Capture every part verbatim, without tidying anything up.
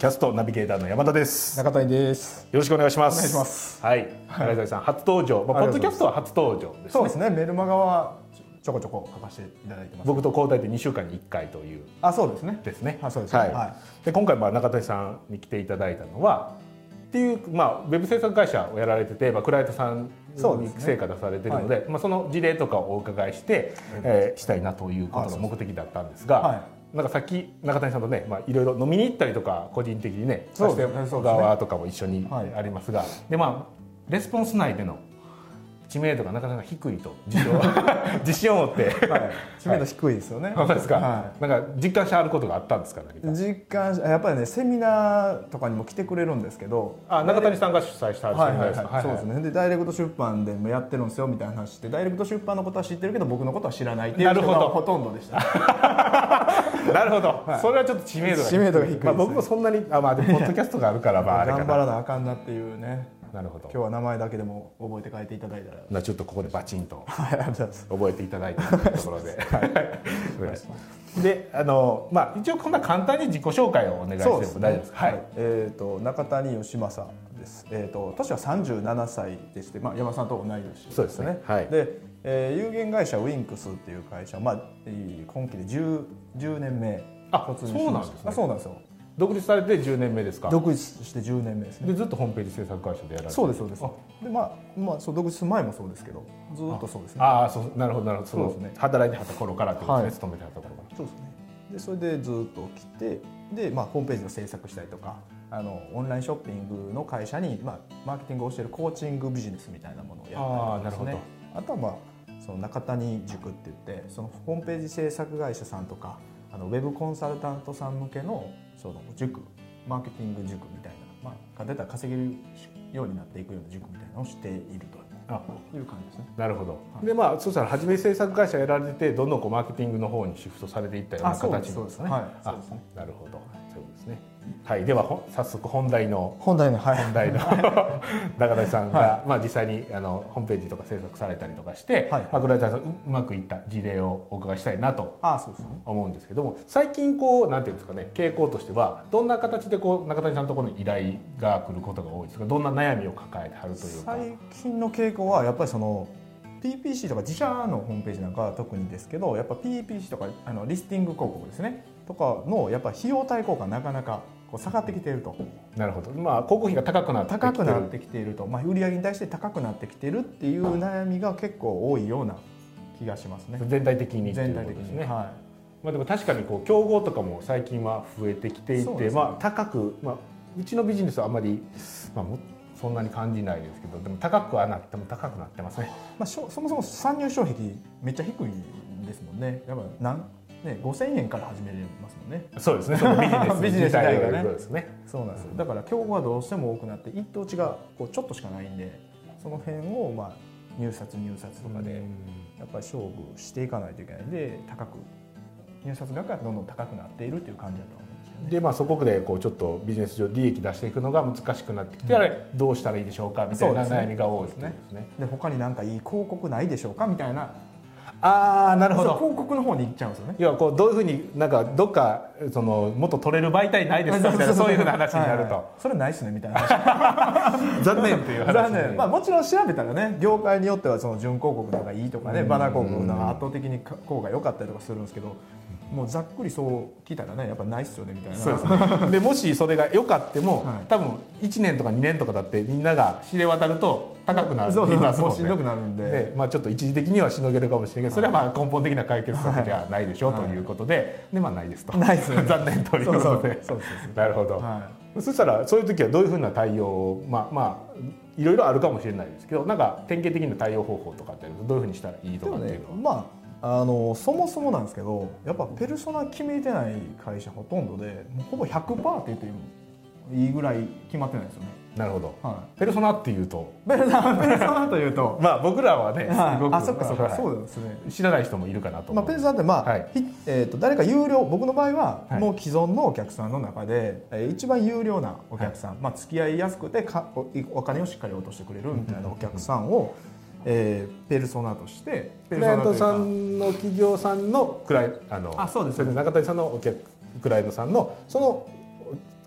キャストナビゲーターの山田です。 中谷です。 よろしくお願いします。 お願いします。 はい、中谷さん初登場、まあ、ポッドキャストは初登場ですね。 そうですね。メルマガはちょこちょこ書かせていただいてます。 僕と交代でにしゅうかんにいっかいという。 あ、そうですね。 ですね。 あ、そうですね。 はい。はい、で今回まあ中谷さんに来ていただいたのはっていうまあウェブ制作会社をやられてて、まあクライアントさんに成果出されているので、はい、まあその事例とかをお伺いして、えー、したいなということが目的だったんですが。はい、なんかさっき中谷さんとね、まあ、いろいろ飲みに行ったりとか個人的にねさせて側とかも一緒にありますが、はい、でまあレスポンス内での知名度がなかなか低いと自信を自信を持って、はい、 知名度低いですよね。 本当ですか。はい、なんか実感してあることがあったんですか。 実感やっぱりねセミナーとかにも来てくれるんですけど、 あ中谷さんが主催したセミナーですか。 そうですね。でダイレクト出版でもやってるんですよみたいな話して、ダイレクト出版のことは知ってるけど僕のことは知らないっていう人がほとんどでした。 なるほど、はい、それはちょっと知名度が低い。 知名度が低いですね。 まあ、僕もそんなにあまあでもポッドキャストがあるからまああれかな。 頑張らなあかんなっていうね。 なるほど。 今日は名前だけでも覚えて帰っていただいたら。 ちょっとここでバチンと覚えていただいたところで。で、あのまあ一応こんな簡単に自己紹介をお願いしても大丈夫ですか。はい。 えっと中谷義正です。えっと年はさんじゅうななさいでして、まあ山さんと同い年ですね。 そうですね。はい。 で、えー、有限会社ウィンクスっていう会社、まあ今期でじゅうねんめ突入しました。あ、そうなんですね。 独立されてじゅうねんめですか。 独立してじゅうねんめですね。 でずっとホームページ制作会社でやられてる。 そうですそうです。でまあまあそう独立する前もそうですけど、ずっとそうですね。 ああ、そうなるほどなるほど。そうですね。働いてはった頃からってことですね。勤めてはった頃から。 そうですね。でそれでずっと来て、でまあホームページを制作したりとか、あのオンラインショッピングの会社にまあマーケティングをしているコーチングビジネスみたいなものをやったりとかですね。あとはまあその中谷塾って言ってそのホームページ制作会社さんとかあのウェブコンサルタントさん向けのその塾。マーケティング塾みたいな、まあ、勝てたら稼げるようになっていくような塾みたいなのをしているという感じですね。 なるほど。はい、でまあそしたら初め制作会社やられててどんどんこうマーケティングの方にシフトされていったような形なんですね。 はい、そうですね。 なるほど。そうですね。はい。では早速本題の本題の、はい、 本題の中谷さんが、はい、まあ実際にあのホームページとか制作されたりとかして、はい、まあグライターさんうまくいった事例をお伺いしたいなと思うんですけども、最近こうなんていうんですかね、傾向としてはどんな形でこう中谷さんのところに依頼が来ることが多いですか。どんな悩みを抱えてはるというか。 最近の傾向はやっぱりその ピーピーシー とか自社のホームページなんかは特にですけど、やっぱ ピーピーシー とかあのリスティング広告ですねとかのやっぱ費用対効果なかなかこう下がってきていると。 なるほど。まあ広告費が高くなってきている。 高くなってきていると、まあ売上に対して高くなってきているっていう悩みが結構多いような気がしますね。 全体的に全体的にね。はい。 まあでも確かにこう競合とかも最近は増えてきていて、ね、まあ高くまあうちのビジネスはあんまりまあもそんなに感じないですけど、でも高くはなっても高くなってますね。 まあそもそも参入障壁めっちゃ低いんですもんね。やっぱなんね、ごせんえんから始めれますもんね。 そうですね。そのビジネスビジネス自体がね。 そうですね。 そうなんですよ。だから競合はどうしても多くなって一等地がこうちょっとしかないんで、その辺をまあ入札入札とかでやっぱり勝負していかないといけないんで、高く入札額がどんどん高くなっているという感じだと思うんですよね。 でまあそこでこうちょっとビジネス上利益出していくのが難しくなってきて、うん、どうしたらいいでしょうかみたいな悩みが多いですね。 で他に何かいい広告ないでしょうかみたいな。 ああ、なるほど。 広告の方に行っちゃうんですよね。 要はこうどういうふうになんかどっかそのもっと取れる媒体ないですかみたいなそういうふうな話になると、はいはい、 それないっすねみたいな話残念っていう話。残念。まあもちろん調べたらね、業界によってはその準広告の方がいいとかね、バナー広告の方が圧倒的に効果が良かったりとかするんですけど、もうざっくりそう聞いたらね、やっぱないっすよねみたいな。 そうですね。でもしそれが良かっても、はい、多分いちねんとかにねんとかだってみんなが知れ渡ると高くなる。 そうそうそう、もうしんどくなるんで、 でまあちょっと一時的にはしのげるかもしれないけど、それはまあ根本的な解決策じゃないでしょうということで、でまあないですと。 ないですね。 残念ということで。なるほど。はい、そしたらそういう時はどういうふうな対応をまあまあいろいろあるかもしれないですけど、なんか典型的な対応方法とかってどういうふうにしたらいいとかっていうのは。 まああのそもそもなんですけど、やっぱペルソナ決めてない会社ほとんどで、もうほぼ ひゃくパーセント って言ってもいいぐらい決まってないですよね。 なるほど。はい、ペルソナっていうと、 ペルソナペルソナというと、 まあ僕らはね、 はい、すごくあそっかそっか、はい、そうですね。 知らない人もいるかなと思う。 まあペルソナってまあ、はい、えっ、ー、と誰か有料、僕の場合はもう既存のお客さんの中で、はい、一番有料なお客さん、はい、まあ付き合いやすくてか お, お金をしっかり落としてくれるみたいなお客さんを。えー、ペルソナとしてクライアントさんの企業さんのクライあのあそうですそれで中谷さんのお客クライアントさんのその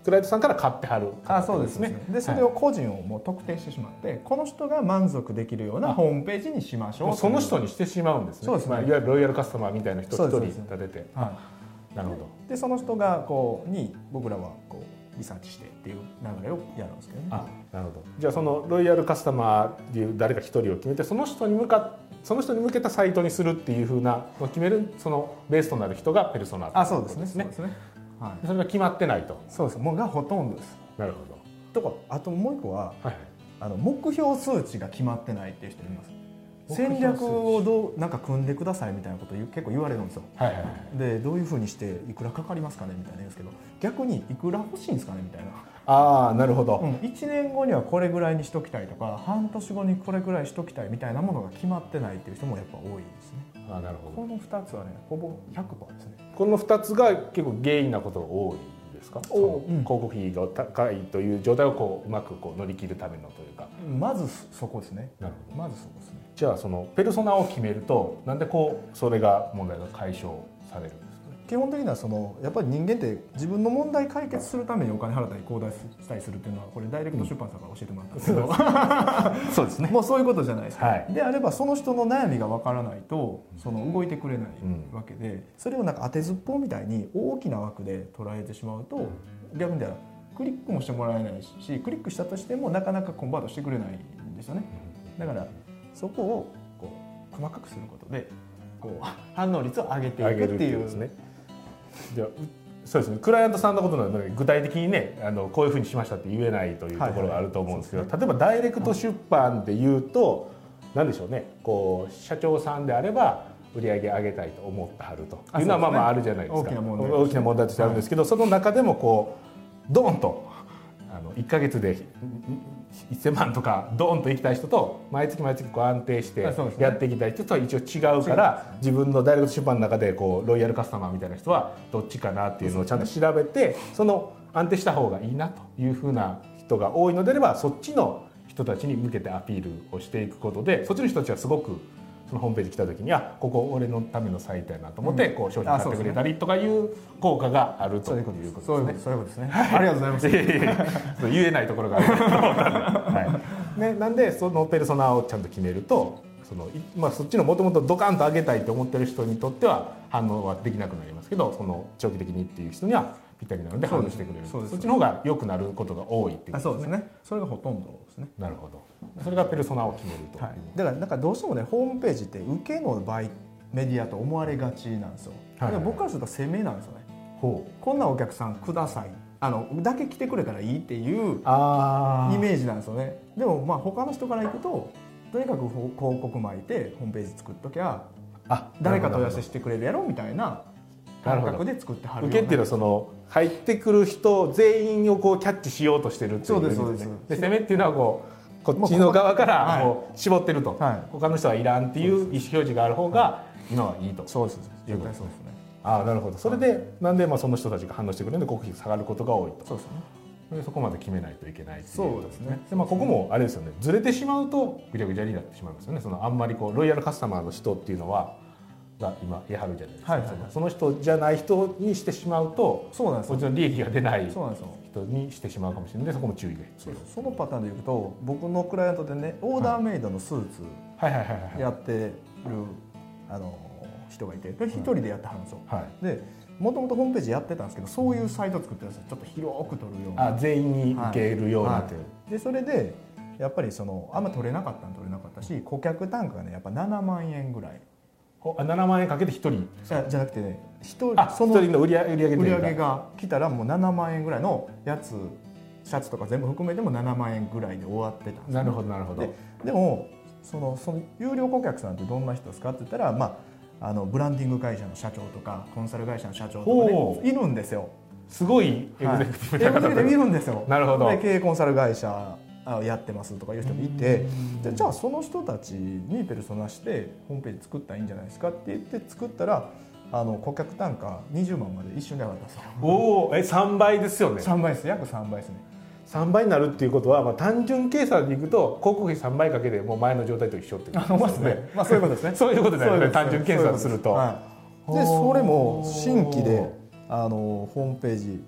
クライアントさんから買ってはるあそうですね。でそれを個人をもう特定してしまって、はい、この人が満足できるようなホームページにしましょう。 その人にしてしまうんですね。そうですね、まあ、いわゆるロイヤルカスタマーみたいな人を一人立てて、はい、なるほど。 でその人がこうに僕らはこうリサーチしてっていう流れをやるんですけどね。 あ、なるほど。じゃあそのロイヤルカスタマーっていう誰か一人を決めて、その人に向かってその人に向けたサイトにするっていう風なのを決める、そのベースとなる人がペルソナ。 あ、そうですね。そうですね。 はい。それが決まってないと。 そうです。もうがほとんどです。 なるほど。とかあともう一個は、はい、あの目標数値が決まってないっていう人います。戦略をどうなんか組んでくださいみたいなことを結構言われるんですよ。はいはいはい、でどういうふうにしていくらかかりますかねみたいな言うんですけど、逆にいくら欲しいんですかねみたいな。 ああ、なるほど、 うん、いちねんごにはこれぐらいにしときたいとか、半年後にこれぐらいしときたいみたいなものが決まってないっていう人もやっぱ多いですね。 あ、なるほど。 このふたつはね、ほぼ ひゃくパーセント ですね。 このふたつが結構原因なことが多いですか？その広告費が高いという状態をこううまくこう乗り切るためのというか。 まずそこですね。 なるほど。 まずそこですね。 じゃあそのペルソナを決めると、なんでこうそれが問題が解消されるんですかね？ 基本的にはそのやっぱり人間って自分の問題解決するためにお金払ったり購買したりするっていうのは、これダイレクト出版さんから教えてもらったんですけど、うん、そうですね。もうそういうことじゃないですか、はい、であればその人の悩みがわからないとその動いてくれないわけで、うん、それをなんか当てずっぽうみたいに大きな枠で捉えてしまうと、逆に言ったらクリックもしてもらえないし、クリックしたとしてもなかなかコンバートしてくれないんですよね。だからそこをこう細かくすることでこう反応率を上げていくっていうですね。 じゃあそうですね、クライアントさんのことなので具体的にね、あのこういうふうにしましたって言えないというところがあると思うんですけど、例えばダイレクト出版で言うと何でしょうね、こう社長さんであれば売り上げ上げたいと思ってはるというのはまあまああるじゃないですか。大きな問題、大きな問題としてあるんですけど、はい、その中でもこうドーンとあのいっかげつでいっせんまんとかドーンといきたい人と、毎月毎月こう安定してやっていきたい人とは一応違うから、自分のダイレクト出版の中でこうロイヤルカスタマーみたいな人はどっちかなっていうのをちゃんと調べて、その安定した方がいいなというふうな人が多いのであれば、そっちの人たちに向けてアピールをしていくことで、そっちの人たちはすごくそのホームページ来た時に、あ、ここ俺のためのサイトやなと思ってこう商品買ってくれたりとかいう効果があるということですね。 そういうことですね。ありがとうございます。 言えないところがあると思ったんで、はいね、なんでそのペルソナをちゃんと決めると、その、まあ、そっちのもともとドカンと上げたいと思ってる人にとっては反応はできなくなりますけど、その長期的にっていう人にはぴったりなので反応してくれる。 そ, そっちの方が良くなることが多いっていうことですね。 そうですね。それがほとんどですね。 なるほど。それがペルソナを決めると、はい、 だからなんかどうしてもね、ホームページって受けの場合メディアと思われがちなんですよ。だから僕からすると攻めなんですよね。ほう、こんなお客さんください、あのだけ来てくれたらいいっていうイメージなんですよね。でもまあ他の人からいくと、とにかく広告巻いてホームページ作っときゃ、あ、誰か問い合わせしてくれるやろみたいな感覚で作ってはる。 受けっていうのはその入ってくる人全員をこうキャッチしようとしてるっていう。そうですそうです。で攻めっていうのはこうこっちの側からこう絞ってると、はい、他の人はいらんっていう意思表示がある方が今はいいと。 そうです。絶対そうですね。 ああ、なるほど。それでなんでまあその人たちが反応してくれるので広告費が下がることが多いと。そうですね。でそこまで決めないといけないっていう。 そうですね。 でまあここもあれですよね。ずれてしまうとぐちゃぐちゃになってしまいますよね。そのあんまりこうロイヤルカスタマーの人っていうのはが今言い張るじゃないですか。はいはいはい、その人じゃない人にしてしまうと、そうなんですよ。こっちの利益が出ない人にしてしまうかもしれないので、そこも注意が必要。 そのパターンでいうと、僕のクライアントでね、オーダーメイドのスーツやってるあの人がいて、一人でやってはるんですよ。はい、でもともとホームページやってたんですけど、そういうサイトを作ってるんですよ。ちょっと広く取るような、 あ、全員に受けるようなっていう、 はいはい、でそれでやっぱりそのあんま取れなかったん取れなかったし、顧客単価がねやっぱななまんえんぐらい。 ななまんえんかけてひとりじゃなくてね、ひとりその売り上げ売り上げが来たらもうななまんえんぐらいのやつ、シャツとか全部含めてもななまんえんぐらいで終わってたんです、ね、 なるほどなるほど。 で, でもそのその有料顧客さんってどんな人ですかって言ったら、まあ、あのブランディング会社の社長とかコンサル会社の社長とかねいるんですよ。 すごいエグゼクティブな方、 はい、エグゼクティブいるんですよ。 なるほど。 で経営コンサル会社やってますとかいう人もいて、でじゃあその人たちにペルソナしてホームページ作ったらいいんじゃないですかって言って作ったら、あの顧客単価にじゅうまんまで一瞬で上がったんですよ。おお、えさんばいですよね。 さんばいです。約さんばいですね。 さんばいになるっていうことは、まあ、単純計算でいくと広告費さんばいかけてもう前の状態と一緒っていうことですね。 まあそういうことですね。 そういうことだよね。単純計算すると。 はい、でそれも新規であのホームページ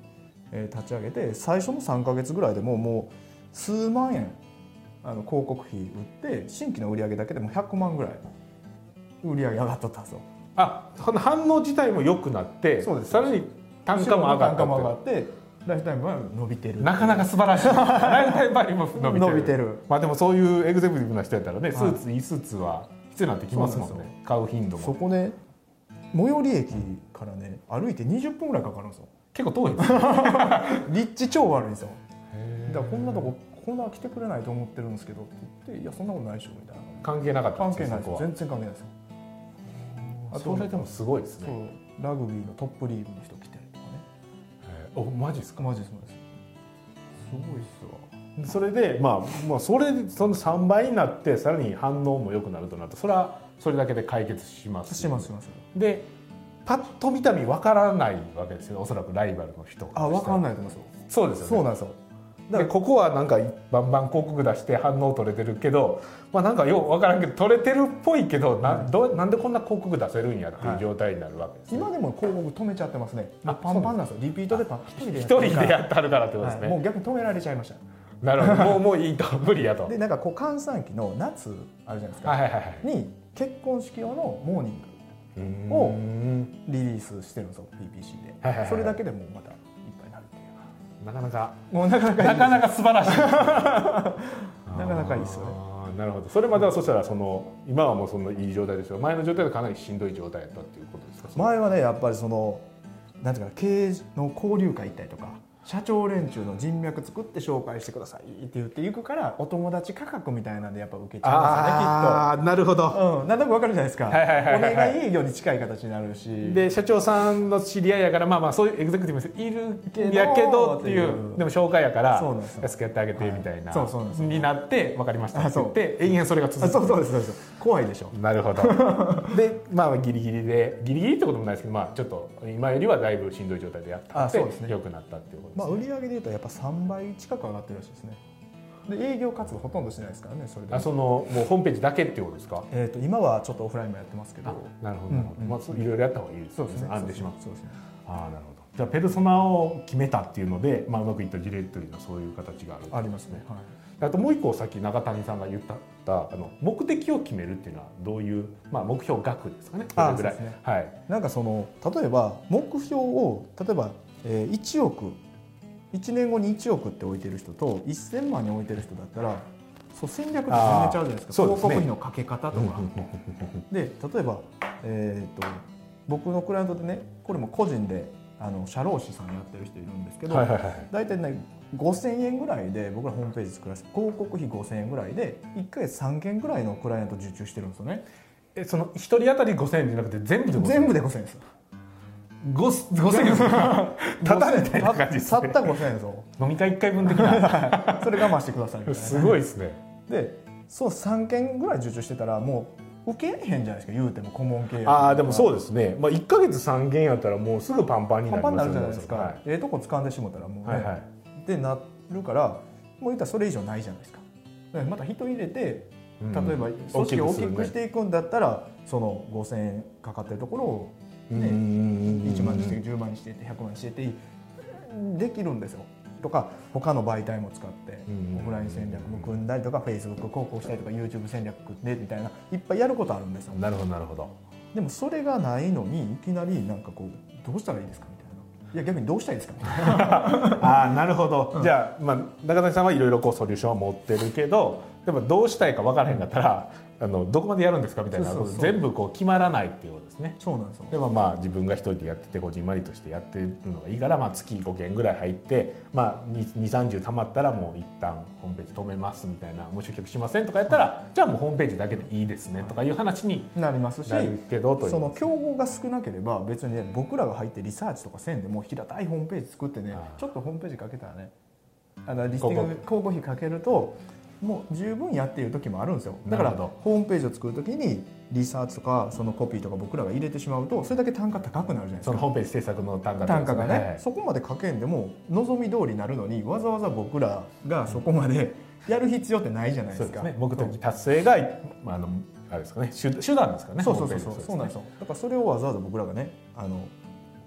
えー、立ち上げて最初のさんかげつぐらいでもうもう数万円あの広告費売って新規の売り上げだけでもひゃくまんぐらい売り上げ上がっとったんですよ。 あ、反応自体も良くなって、そうです、さらに単価も上がったって、単価も上がってライフタイムは伸びてる。 なかなか素晴らしい。ライフタイムバリューも伸びてる。 伸びてる。 まあでもそういうエグゼクティブな人やったらね、スーツ、いいスーツは必要になってきますもんね。買う頻度も。 そこね、最寄り駅からね歩いてにじゅっぷんぐらいかかるんですよ。 結構遠いですよ。 立地超悪いんですよ。だからこんなとここんな来てくれないと思ってるんですけどって言って、いやそんなことないでしょみたいな。 関係なかったんですよ。関係ないです。全然関係ないですよ。 あとそれでもすごいですね。 ラグビーのトップリーグの人来てるとかね。 お、マジですか。 マジですマジです。すごいっすわ。それでまあまあそれそのさんばいになってさらに反応も良くなるとなると、それはそれだけで解決します。 しますします。 でパッと見た目わからないわけですよ。おそらくライバルの人。 あ、わかんないと思いますよ。 そうですよね。 そうなんですよ。 でここはなんかバンバン広告出して反応取れてるけど、まあなんかよう分からんけど取れてるっぽいけど、な、どなんでこんな広告出せるんやっていう状態になるわけです、ね。 はい、今でも広告止めちゃってますね。パンパンなんですよ。リピートでパン一人で一人でやってはるからってことですね。はい、 もう逆に止められちゃいました。 なるほど。もうもういいと無理やと。 でなんかこう閑散期の夏あるじゃないですか。はいはいはい、に結婚式用のモーニングをリリースしてるんですよ ピーピーシー で。はいはいはい、それだけでもまた。 なかなかもうなかなかなかなか素晴らしい。なかなかいいですよね。 なるほど。それまではそしたらその今はもうそのいい状態ですよ。前の状態でかなりしんどい状態だったっていうことですか。 前はねやっぱりそのなんていうか経営の交流会行ったりとか。社長連中の人脈作って紹介してくださいって言っていくからお友達価格みたいなんでやっぱ受けちゃいますよねきっと。ああなるほど。うん、なんとなくわかるじゃないですか。お願い営業に近い形になるし。 で社長さんの知り合いやからまあまあそういうエグゼクティブいるやけどっていうでも紹介やから安くやってあげてみたいなになって分かりましたって言って延々それが続く。 そうそうですそうです。怖いでしょ。 なるほど。でまあギリギリでギリギリってこともないですけど、まあちょっと今よりはだいぶしんどい状態でやったって良くなったっていうことです。 まあ売り上げでいうとやっぱさんばい近く上がってるらしいですね。で営業活動ほとんどしないですからね。それであそのもうホームページだけっていうことですか。 えっと今はちょっとオフラインもやってますけど。 なるほど、うんうん、まあいろいろやった方がいいですね。 そうですね。 安定します。 そうですね。 ああなるほど。じゃあペルソナを決めたっていうので、まあうまくいった事例というのはそういう形がある、ね。 ありますね。はい。 あともう一個さっき中谷さんが言ったあの目的を決めるっていうのはどういう、まあ、目標額ですかね。 あぐらいですね。はい。なんかその例えば目標を例えば、えー、いちおくいちねんごにいちおくって置いてる人とせんまんに置いてる人だったらそう戦略って全然ちゃうじゃないですか。広告費のかけ方とかで例えば、えー、と僕のクライアントでねこれも個人であの社労士さんやってる人いるんですけど、はいはいはい、大体ねごせんえんぐらいで僕らホームページ作らせて広告費ごせんえんぐらいでいっかげつさんけんぐらいのクライアント受注してるんですよね。 えそのひとり当たりごせんえんじゃなくて全部でごせんえん？ 全部でごせんえんです。 ごせんえんですか？ただみたいな感じですね。 たったごせんえんですよ。 飲み会いっかいぶん的な。 それ我慢してくださいみたいな。 すごいですね。 でそうさんけんぐらい受注してたらもう受けへんじゃないですか言うても顧問契約。 ああでもそうですね。まあいっかげつさんけんやったらもうすぐパンパンになりますよね。 パンパンになるじゃないですか。はい、ええとこ掴んでしもたらもうね、はいはい、ってなるからもう言ったらそれ以上ないじゃないですか。また人入れて例えば組織を大きくしていくんだったら、うん、そのごせんえんかかってるところを、ね、いちまんにしてじゅうまんにしてひゃくまんにしてってできるんですよ。とか他の媒体も使ってオフライン戦略も組んだりとか フェイスブック 広告したりとか ユーチューブ 戦略組んでみたいないっぱいやることあるんですよ。 なるほどなるほど。 でもそれがないのにいきなりなんかこうどうしたらいいですかみたいな。いや逆にどうしたらいいですかみたいな。 ああなるほど。うん、じゃあ、まあ、中谷さんはいろいろこうソリューションを持ってるけどでもどうしたいか分からへんかったら、うん、あのどこまでやるんですかみたいな全部こう決まらないっていうことですね。 そうなんですよ。 でもまあ自分が一人でやっててこじんまりとしてやってるのがいいから、まあ、月ごけんぐらい入って、まあ、にじゅうさんじゅうたまったらもう一旦ホームページ止めますみたいなもう集客しませんとかやったら、うん、じゃあもうホームページだけでいいですねとかいう話になりますし、 なるけどというその競合が少なければ別に、ね、僕らが入ってリサーチとかせんでも平たいホームページ作ってねちょっとホームページかけたらねあのリスティング広告費かけるともう十分やっている時もあるんですよ。だからホームページを作る時にリサーチとかそのコピーとか僕らが入れてしまうとそれだけ単価高くなるじゃないですか。 そのホームページ制作の単価、 単価がね、はい、そこまでかけんでも望み通りになるのにわざわざ僕らがそこまでやる必要ってないじゃないですか。 そうですね、目的達成が、まあ、あのあれですかね、手段ですかね。 そうそうそうそうそうなんですよ。だからそれをわざわざ僕らがねあの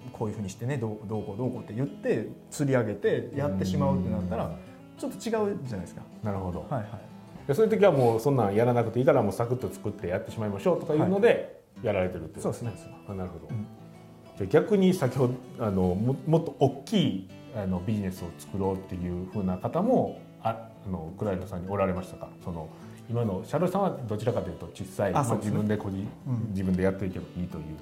こういうふうにしてねどうどうこうどうこうって言って釣り上げてやってしまうってなったらちょっと違うじゃないですか。 なるほど、 はいはい、 そういう時はもうそんなんやらなくていいからもうサクッと作ってやってしまいましょうとかいうのでやられてるってことですね。そうですね。あ、なるほど、うん、じゃあ逆に先ほどあの も, もっと大きいあのビジネスを作ろうっていう風な方もああのクライアントさんにおられましたか？その今のシャロルさんはどちらかというと小さい、まあ、自分で個人、うん、自分でやっていけばいいという。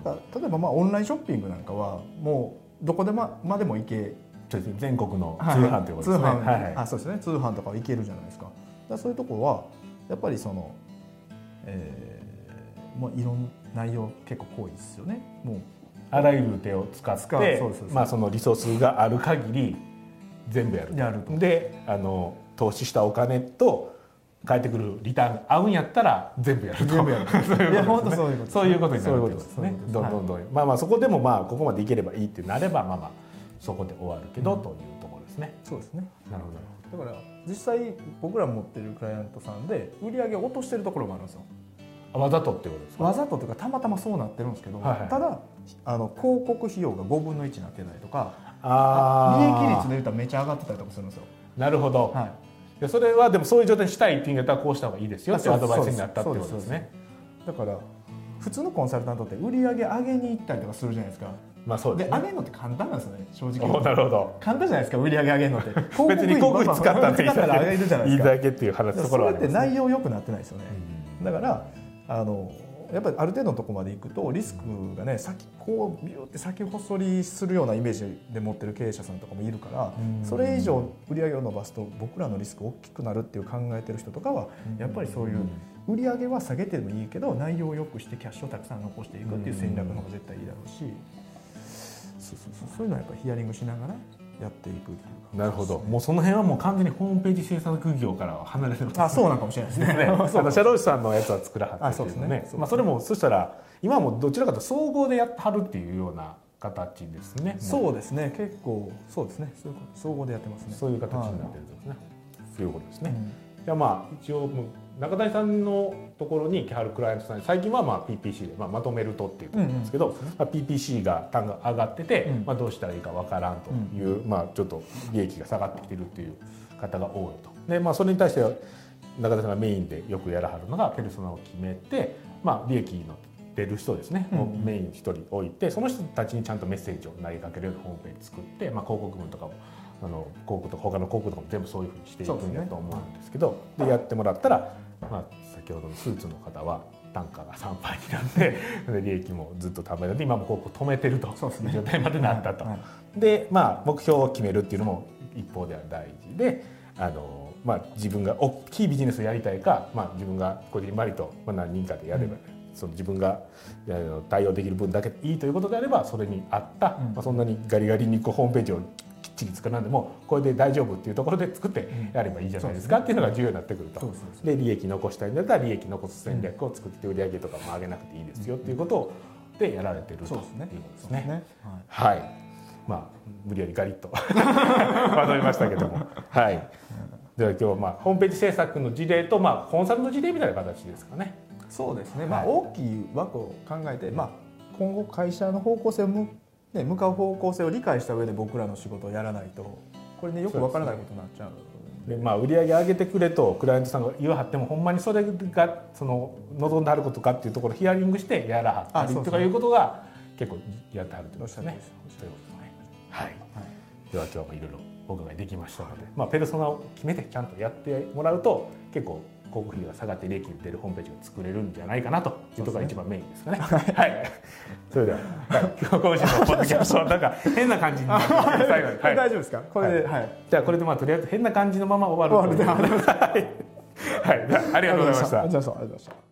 例えばまあオンラインショッピングなんかはもうどこで ま, までも行け全国の通販ということですね。 はいはいはい、あ、そうですね。通販とか行けるじゃないですか。だからそういうところはやっぱりその、えー、もういろんな内容結構濃いですよね。もうあらゆる手を使って、まあそのリソースがある限り全部やる。 やると。 で、あの投資したお金と返ってくるリターンが合うんやったら全部やると。 全部やる。いや本当そういうこと。 そういうことになるってことですね。どんどんどん、まあまあそこでもまあここまでいければいいってなればまあまあそこで終わるけど、うん、というところですね。 そうですね。 なるほど。だから実際僕ら持ってるクライアントさんで売り上げを落としてるところもあるんですよ。 わざとってことですか？ わざとというかたまたまそうなってるんですけど、はいはい、ただあの広告費用がごぶんのいちになってたりとか、あ利益率で言ったらめっちゃ上がってたりとかするんですよ。 なるほど、はい、でそれはでもそういう状態にしたいっていうんだったらこうした方がいいですよっていうアドバイスになったってことですね。 だから普通のコンサルタントって売り上げ上げに行ったりとかするじゃないですか。 まあそうですね、 で上げるのって簡単なんですよね、正直。 おなるほど、 簡単じゃないですか、売り上げ上げるのって別に広告費使ったっていいだけっていう話ところはありますね。 それって内容良くなってないですよね、うん、だからあのやっぱりある程度のところまでいくとリスクがね先こうビューって先細りするようなイメージで持ってる経営者さんとかもいるから、それ以上売り上げを伸ばすと僕らのリスク大きくなるっていう考えてる人とかはやっぱりそういう売り上げは下げてもいいけど内容を良くしてキャッシュをたくさん残していくっていう戦略の方が絶対いいだろうし、そうそうそう、そういうのはやっぱりヒアリングしながらやっていくっていうか。 なるほど、もうその辺はもう完全にホームページ制作業からは離れてる。 あ、そうなのかもしれないですね。 あのシャロルさんのやつは作らはったっていうのね。まあそれもそしたら今はもうどちらかというと総合でやってはるっていうような形ですね。 そうですね、結構そうですね、総合でやってますね。 そういう形になってるんですね。そういうことですね。じゃあまあ一応もう中谷さんのところに来はるクライアントさんに最近はまあ ピーピーシー でまあまとめるとっていうところなんですけど、うんうん、まあ、ピーピーシー が単価上がってて、うん、まあどうしたらいいかわからんという、うん、まあちょっと利益が下がってきてるっていう方が多いと。でまあそれに対して中谷さんがメインでよくやらはるのがペルソナを決めて、まあ利益の出る人ですね、うん、をメインひとり置いて、その人たちにちゃんとメッセージを投げかけるようなホームページ作って、まあ広告文とかもあの広告とか他の広告とかも全部そういうふうにしていくんだと思うんですけど、でやってもらったら、まあ、先ほどのスーツの方は単価がさんばいになってで利益もずっとためられて今も広告止めてるという状態までなったと。でまあ目標を決めるっていうのも一方では大事で、あの、まあ、自分が大きいビジネスをやりたいか、まあ、自分がこじんまりと何人かでやれば、ね、うん、その自分が対応できる分だけいいということであればそれに合った、うん、まあ、そんなにガリガリにこうホームページをきっちり作らんでもこれで大丈夫っていうところで作ってやればいいじゃないですか、うん、っていうのが重要になってくると。で利益残したいんだったら利益残す戦略を作って売り上げとかも上げなくていいですよっていうことをでやられてるということですね。はい、まあ無理やりガリッとまとめましたけども、はい。では今日はまあホームページ制作の事例とまあコンサルの事例みたいな形ですかね。 そうですね。まあ大きい枠を考えて、まあ今後会社の方向性を向ね、向かう方向性を理解した上で僕らの仕事をやらないとこれねよくわからないことになっちゃう。 でまあ売り上げ上げてくれとクライアントさんが言わはってもほんまにそれがその望んではることかっていうところをヒアリングしてやらはったりとかいうことが結構やってはるということですね。はい。はい、では今日もいろいろお伺いできましたので、まあペルソナを決めてちゃんとやってもらうと結構広告費が下がって利益が出るホームページが作れるんじゃないかなというところが一番メインですかね。はい。それでは、はい、今日今週のポッドキャストはなんか変な感じになって最後に、はい、 大丈夫ですか？これで、はい。 じゃあこれでまあとりあえず変な感じのまま終わるという。はい。はい。ありがとうございました。 ありがとうございました。